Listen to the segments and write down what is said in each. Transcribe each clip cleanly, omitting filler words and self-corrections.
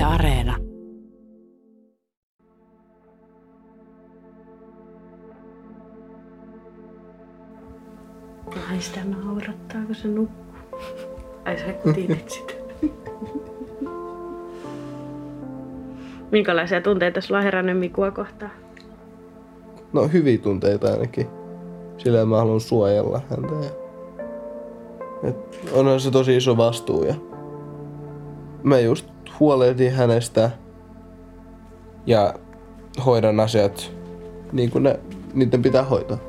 Areena. Ai sitä naurattaa, kun se nukkuu. Ai sä tiedät sitä. Minkälaisia tunteita sulla on herännyt Mikua kohtaan? No hyviä tunteita ainakin. Sillä mä haluan suojella häntä. Onhan se tosi iso vastuu ja mä just huolehdin hänestä ja hoidan asiat niin kuin niiden pitää hoitaa.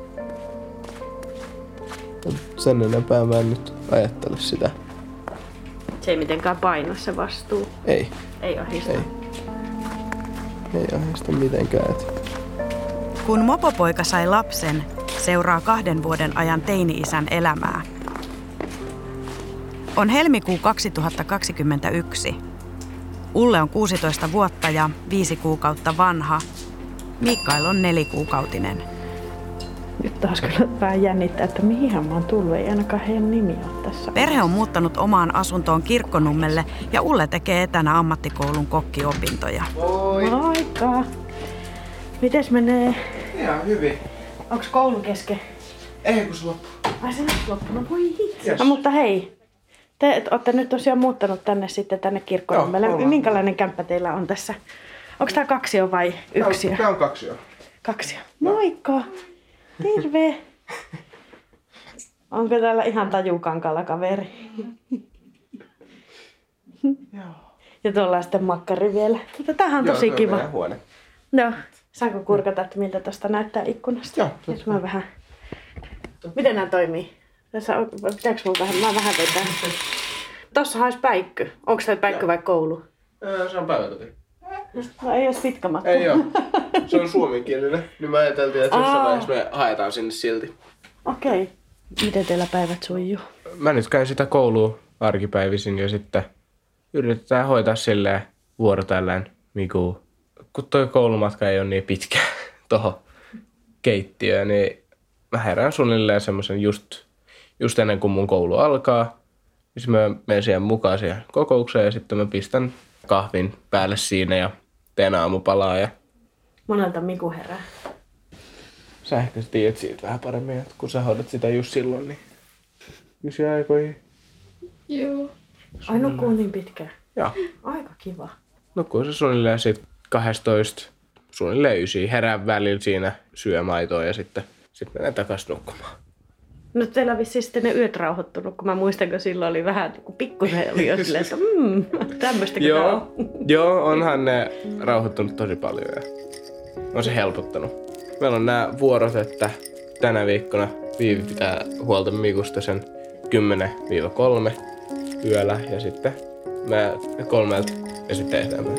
Sen enempää mä en nyt ajattele sitä. Se ei mitenkään paino se vastuu. Ei. Ei ahista. Ei ahista mitenkään. Kun mopopoika sai lapsen, seuraa 2 vuoden ajan teini-isän elämää. On helmikuu 2021. Ulle on 16 vuotta ja 5 kuukautta vanha. Mikael on 4-kuukautinen. Nyt taas kyllä vähän jännittää, että mihinhän mä oon tullut. Ei ainakaan heidän nimi ole tässä. Perhe on muuttanut omaan asuntoon Kirkkonummelle ja Ulle tekee etänä ammattikoulun kokkiopintoja. Moikka! Mites menee? Ihan hyvin. Onks koulu kesken? Ei kun se loppu. Ai se nyt loppunut, voi hitsi. Yes. No mutta hei, te ootte nyt tosiaan muuttanut tänne Kirkkonummelle. Joo, ollaan. Minkälainen kämppä teillä on tässä? Onko tää 2 vai 1? Tää on 2. 2. Moikka! Terve! Onko täällä ihan tajukankalla kaveri? Joo. Ja tuolla on sitten makkari vielä. Mutta tämähän on tosi kiva. Meidän huone. No, saanko kurkata, että miltä tosta näyttää ikkunasta? Joo. Jos mä vähän... Miten nämä toimii? Tässä on... Pitääkö mun vähän... Mä vähän vetään. Tossahan olisi päikky. Onko tämä päikky vai koulu? Se on päiväkoti. No ei olisi pitkä matka. Ei oo. Se on suomenkielinen. Niin mä ajateltiin, että jossain vaiheessa me haetaan sinne silti. Okei. Miten teillä päivät sujuu? Mä nyt käyn sitä koulua arkipäivisin ja sitten yritetään hoitaa silleen vuorotellen, kun toi koulumatka ei ole niin pitkä tohon keittiöön, niin mä herään suunnilleen semmoisen just ennen kuin mun koulu alkaa. Niin mä menen siihen mukaan siihen kokoukseen ja sitten mä pistän kahvin päälle siinä ja teen aamupalaa. Ja... Monelta Miku herää? Sä ehkä tiedät siitä vähän paremmin, että kun sä hoidat sitä just silloin, niin kysy aikoihin. Joo. Ai nukkuu niin pitkään? Joo. Aika kiva. Nukkuu se suunnilleen sit 12, suunnilleen 9. Herää välillä siinä, syö maitoa ja sitten menee takaisin nukkumaan. No teillä on vissiin sitten ne yöt rauhoittunut, kun mä muistan, kun silloin oli vähän pikkusen oli jo silleen, että tämmöistäkin tää on. Joo, onhan ne rauhoittunut tosi paljon ja on se helpottanut. Meillä on nämä vuorot, että tänä viikkona Viivi pitää huolta Mikusta sen 10-3 yöllä ja sitten mä 3 ja sitten eteenpäin.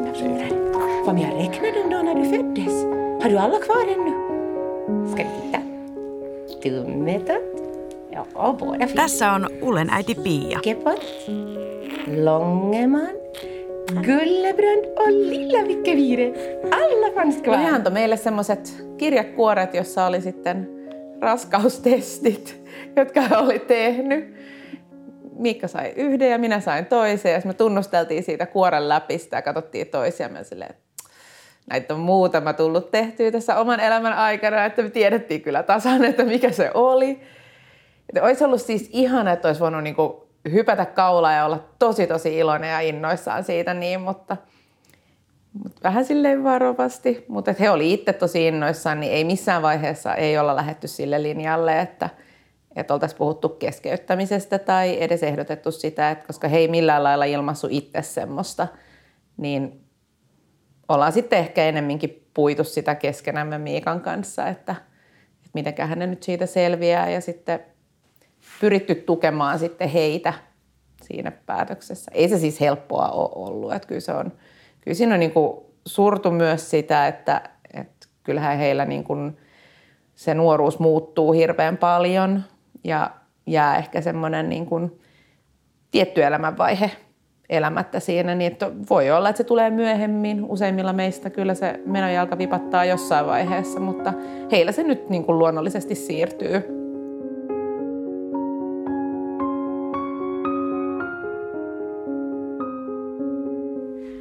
Vad jag räknade en dag när du föddes. Har du alla kvar ännu? Ska vi titta? Tummetott. Ja, båda finns. Tässä on Ullen äiti Pia. Kepot. Långeman. Gullebrand och Lilla Vikkevire. Alla fanns kvar. Hän antoi meille semmoiset kirjekuoret, jossa oli sitten raskaustestit, jotka hän oli tehnyt. Miikka sai yhden ja minä sain toisen. Ja me tunnusteltiin siitä kuoren läpistä ja katsottiin toisiamme silleen, että näitä on muutama tullut tehtyä tässä oman elämän aikana, että me tiedettiin kyllä tasan, että mikä se oli. Että olisi ollut siis ihana, että olisi voinut niinku hypätä kaulaa ja olla tosi iloinen ja innoissaan siitä, niin, mutta vähän silleen varovasti. Mutta he oli itse tosi innoissaan, niin ei missään vaiheessa ei olla lähdetty sille linjalle, että oltaisiin puhuttu keskeyttämisestä tai edes ehdotettu sitä, että koska he ei millään lailla ilmaissut itse semmoista, niin ollaan sitten ehkä enemminkin puitu sitä keskenämme Miikan kanssa, että mitenkä hänen nyt siitä selviää ja sitten pyritty tukemaan sitten heitä siinä päätöksessä. Ei se siis helppoa ole ollut, että kyllä siinä on niin kuin surtu myös sitä, että kyllähän heillä niin kuin se nuoruus muuttuu hirveän paljon ja jää ehkä semmoinen niin kuin tietty elämänvaihe elämättä siinä, niin että voi olla, että se tulee myöhemmin. Useimmilla meistä kyllä se menojalka vipattaa jossain vaiheessa, mutta heillä se nyt niin kuin luonnollisesti siirtyy.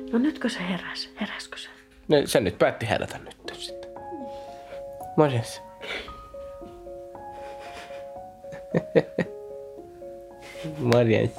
No nytkö se heräs? Heräskö se? No, se nyt päätti herätä nyt sitten. Morjens. Morjens.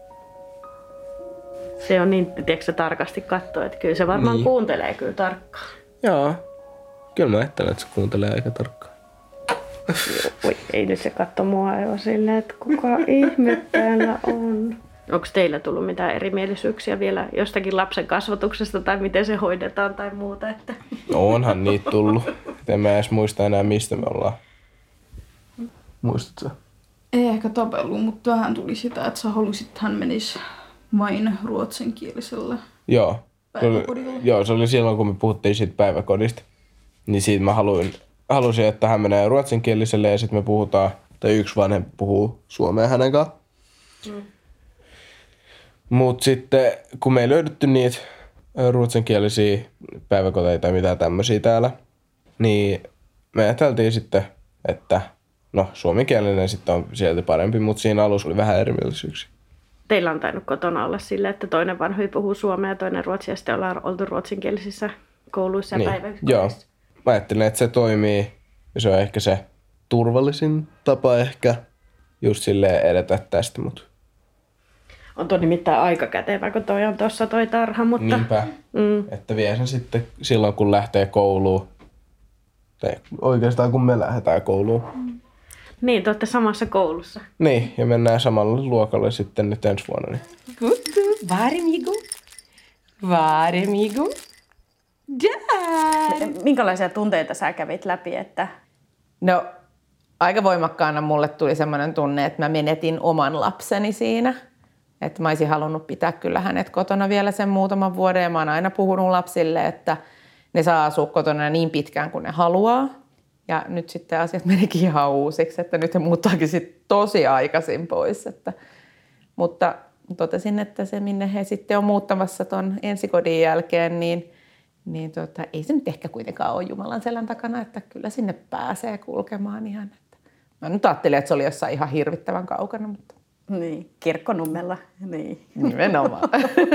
Se on niin, tiedätkö, tarkasti katsoa, että kyllä se varmaan Niin. kuuntelee kyllä tarkkaan. Joo. Kyllä mä ajattelen, että se kuuntelee aika tarkkaan. Oi, ei nyt se katso mua jo silleen, että kuka ihme täällä on. Onko teillä tullut mitään erimielisyyksiä vielä jostakin lapsen kasvatuksesta tai miten se hoidetaan tai muuta? Että... No onhan niitä tullut. En mä edes muista enää, mistä me ollaan. Muistatko? Ei ehkä tapellut, mutta vähän tuli sitä, että sä halusit, että hän menisi vain ruotsinkielisellä Joo. päiväkodilla. Joo, se oli silloin, kun me puhuttiin siitä päiväkodista. Niin siitä mä halusin, että hän menee ruotsinkieliselle ja sitten me puhutaan, tai yksi vanhempi puhuu suomea hänen kanssaan. Mut sitten, kun me ei löydetty niitä ruotsinkielisiä päiväkoteja tai mitään tämmöisiä täällä, niin me ajateltiin sitten, että no suomenkielinen sitten on sieltä parempi, mutta siinä alussa oli vähän erimielisyyksiä. Teillä on tainnut kotona olla silleen, että toinen vanhempi puhuu suomea ja toinen ruotsia ja sitten ollaan oltu ruotsinkielisissä kouluissa ja päiväkodissa. Joo. Mä ajattelin, että se toimii ja se on ehkä se turvallisin tapa ehkä just silleen edetä tästä, mutta On tuo nimittäin aika kätevä, kun toi on tuossa toi tarha, mutta... niinpä, että vie sen sitten silloin, kun lähtee kouluun. Tai oikeastaan, kun me lähdetään kouluun. Niin, te olette samassa koulussa. Niin, ja mennään samalle luokalle sitten nyt ensi vuonna. Niin. Good. Varmigo. Varmigo. Dad. Minkälaisia tunteita sä kävit läpi, että... No, aika voimakkaana mulle tuli semmoinen tunne, että mä menetin oman lapseni siinä. Että mä olisin halunnut pitää kyllä hänet kotona vielä sen muutaman vuoden. Ja mä oon aina puhunut lapsille, että ne saa asua kotona niin pitkään kuin ne haluaa. Ja nyt sitten asiat menikin ihan uusiksi, että nyt he muuttaakin sitten tosi aikaisin pois. Mutta totesin, että se minne he sitten on muuttamassa ton ensikodin jälkeen, niin ei se nyt ehkä kuitenkaan ole Jumalan selän takana, että kyllä sinne pääsee kulkemaan ihan. Että mä nyt ajattelin, että se oli jossain ihan hirvittävän kaukana, mutta... Niin, Kirkkonummella, niin. Nimenomaan.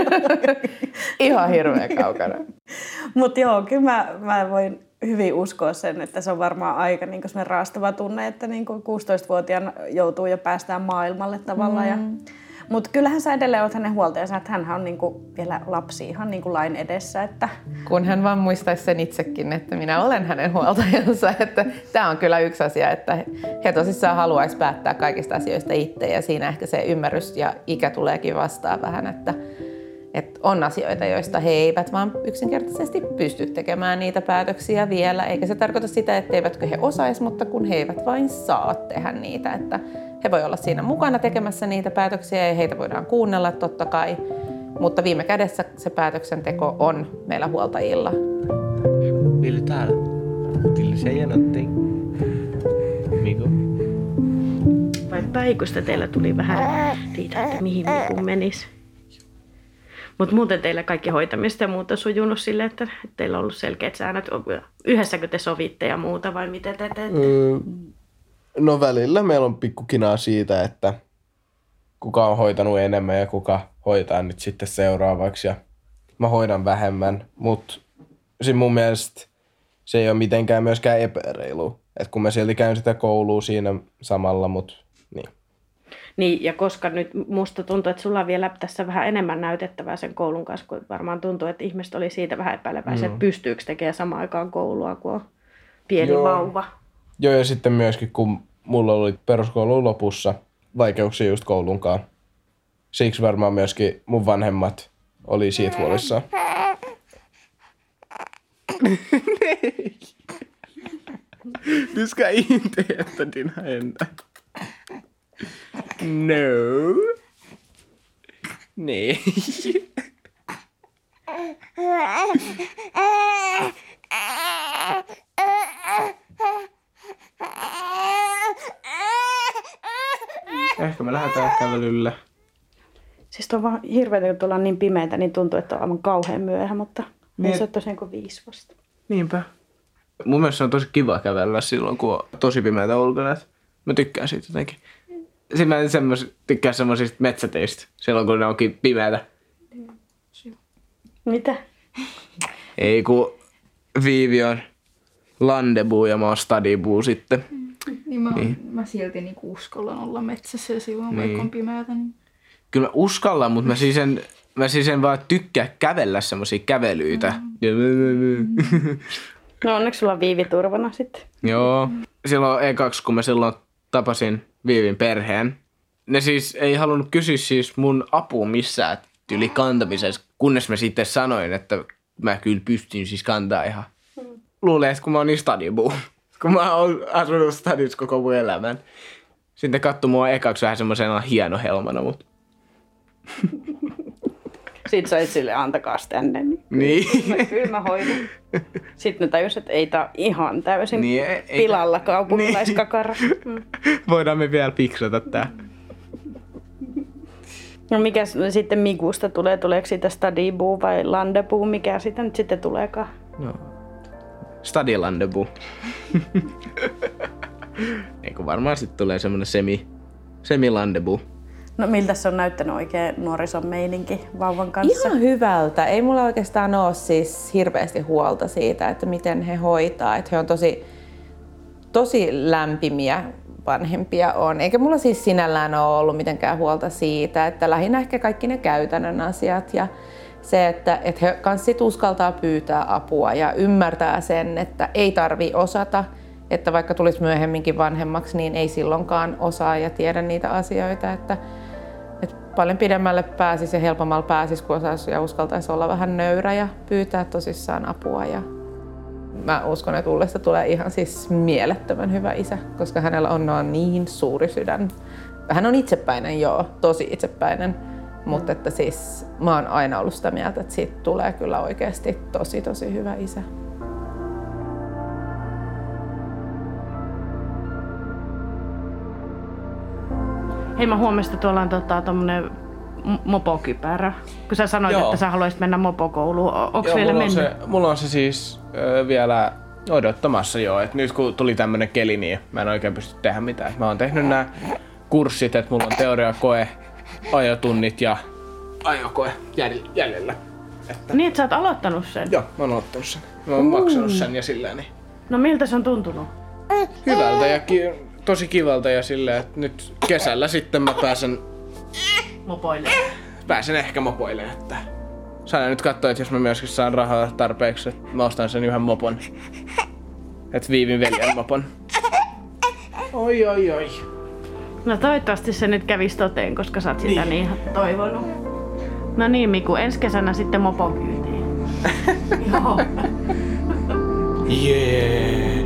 Ihan hirveän kaukana. Mutta joo, kyllä mä voin hyvin uskoa sen, että se on varmaan aika niin semmoinen raastava tunne, että niin 16-vuotiaana joutuu jo päästään maailmalle tavallaan. Mutta kyllähän sä edelleen oot hänen huoltajansa, että hänhän on niinku vielä lapsi ihan niinku lain edessä. Että... Kun hän vaan muistaisi sen itsekin, että minä olen hänen huoltajansa. Että tämä on kyllä yksi asia, että he tosissaan haluaisi päättää kaikista asioista itse. Ja siinä ehkä se ymmärrys ja ikä tuleekin vastaan vähän, että on asioita, joista he eivät vaan yksinkertaisesti pysty tekemään niitä päätöksiä vielä. Eikä se tarkoita sitä, etteivätkö he osaisi, mutta kun he eivät vain saa tehdä niitä. Että he voi olla siinä mukana tekemässä niitä päätöksiä ja heitä voidaan kuunnella totta kai. Mutta viime kädessä se päätöksenteko on meillä huoltajilla. Vill du tala? Vill du säga någonting? Migo? Vai päiköstä teillä tuli vähän siitä, että mihin Miku menisi? Mutta muuten teillä kaikki hoitamista ja muuta sujunut silleen, että teillä on ollut selkeät säännöt. Yhdessäkö te sovitte ja muuta vai miten te teette? No välillä meillä on pikkukinaa siitä, että kuka on hoitanut enemmän ja kuka hoitaa nyt sitten seuraavaksi. Ja mä hoidan vähemmän, mutta mun mielestä se ei ole mitenkään myöskään epäreilu. Että kun mä silti käyn sitä koulua siinä samalla, mutta niin. Niin, ja koska nyt musta tuntuu, että sulla on vielä tässä vähän enemmän näytettävää sen koulun kanssa, kun varmaan tuntuu, että ihmiset oli siitä vähän epäileväisiä, että pystyykö tekemään samaan aikaan koulua, kun on pieni vauva. Joo, ja sitten myöskin, kun mulla oli peruskoulun lopussa vaikeuksia just koulunkaan. Siksi varmaan myöskin mun vanhemmat oli siitä huolissaan. Du ska inte äta din händer. No. Nej. Ehkä me lähdetään kävelylle. Siis on vaan hirveätä, kun tuolla on niin pimeätä, niin tuntuu, että on aivan kauhean myöhä, mutta ei se ole tosiaan kuin 5 vasta. Niinpä. Mun mielestä se on tosi kiva kävellä silloin, kun on tosi pimeätä ulkona. Mä tykkään siitä jotenkin. Sitten mä tykkään semmoisista metsäteistä silloin, kun ne onkin pimeätä. Mitä? Ei kun Viivi on landebuu ja mä oon stadibuu sitten. Niin mä silti niinku uskallan olla metsässä silloin, vaikka on pimeätä. Niin. Kyllä mä uskallan, mutta mä siis en vaan tykkää kävellä semmosia kävelyitä. No onneksi sulla on Viivi turvana sitten. Joo. Silloin ekaksi, kun mä silloin tapasin Viivin perheen, ne siis ei halunnut kysyä siis mun apua missään yli kantamisessa, kunnes mä sitten sanoin, että mä kyllä pystyn siis kantaa ihan. Luulen, että kun mä oon niin stadibuu, kun mä oon asunut stadissa koko mun elämän. Sitten katsoi mua ekaksi vähän semmosena hienohelmana, mutta... Sitten sä oot silleen, antakaas tänne. Niin. Kyllä mä hoidan. Sitten ne tajus, että ei tää ihan täysin pilalla kaupunkilaiskakara. Voidaan me vielä fiksata tää. No mikä sitten Mikusta tulee? Tuleeko siitä stadibuu vai landebuu? Mikä sitä nyt sitten tuleekaan? No. Stadilandebuu. Eikö varmaan sitten tulee semmonen semi-landebuu. No miltä se on näyttänyt oikein nuorison meininki vauvan kanssa? Ihan hyvältä. Ei mulla oikeastaan ole siis hirveästi huolta siitä, että miten he hoitaa. Että he on tosi lämpimiä vanhempia on. Eikä mulla siis sinällään ole ollut mitenkään huolta siitä, että lähinnä ehkä kaikki ne käytännön asiat ja se, että he kanssa sit uskaltaa pyytää apua ja ymmärtää sen, että ei tarvi osata, että vaikka tulisi myöhemminkin vanhemmaksi, niin ei silloinkaan osaa ja tiedä niitä asioita, että paljon pidemmälle pääsisi ja helpommalla pääsisi, kun osaisi ja uskaltaisi olla vähän nöyrä ja pyytää tosissaan apua. Ja mä uskon, että Ullesta tulee ihan siis mielettömän hyvä isä, koska hänellä on niin suuri sydän. Hän on itsepäinen, joo, tosi itsepäinen, mutta että siis mä oon aina ollut sitä mieltä, että siitä tulee kyllä oikeasti tosi hyvä isä. Hei, mä huomasin, että tuolla on tommonen mopokypärä. Kun sä sanoit, että sä haluaisit mennä mopokouluun. Onks vielä mennyt? Mulla on se siis vielä odottamassa jo. Et nyt kun tuli tämmönen keli, niin mä en oikein pysty tehdä mitään. Mä oon tehnyt nämä kurssit, että mulla on teoriakoe, ajotunnit ja ajokoe jäljellä. Että... Niin, että sä oot aloittanut sen? Joo, mä oon aloittanut sen. Mä oon maksanut sen ja silleen. Niin... No miltä se on tuntunut? Hyvältä ja tosi kivalta ja silleen, että nyt kesällä sitten mä pääsen ehkä mopoilemaan. Että saan nyt katsoa, että jos mä myöskin saan rahaa tarpeeksi, että mä ostan sen yhden mopon. Että Viivin veljen mopon. Oi. No toivottavasti se nyt kävisi toteen, koska sä oot sitä niin toivonut. No niin Miku, ensi kesänä sitten mopon kyytiin. Joo. Jee.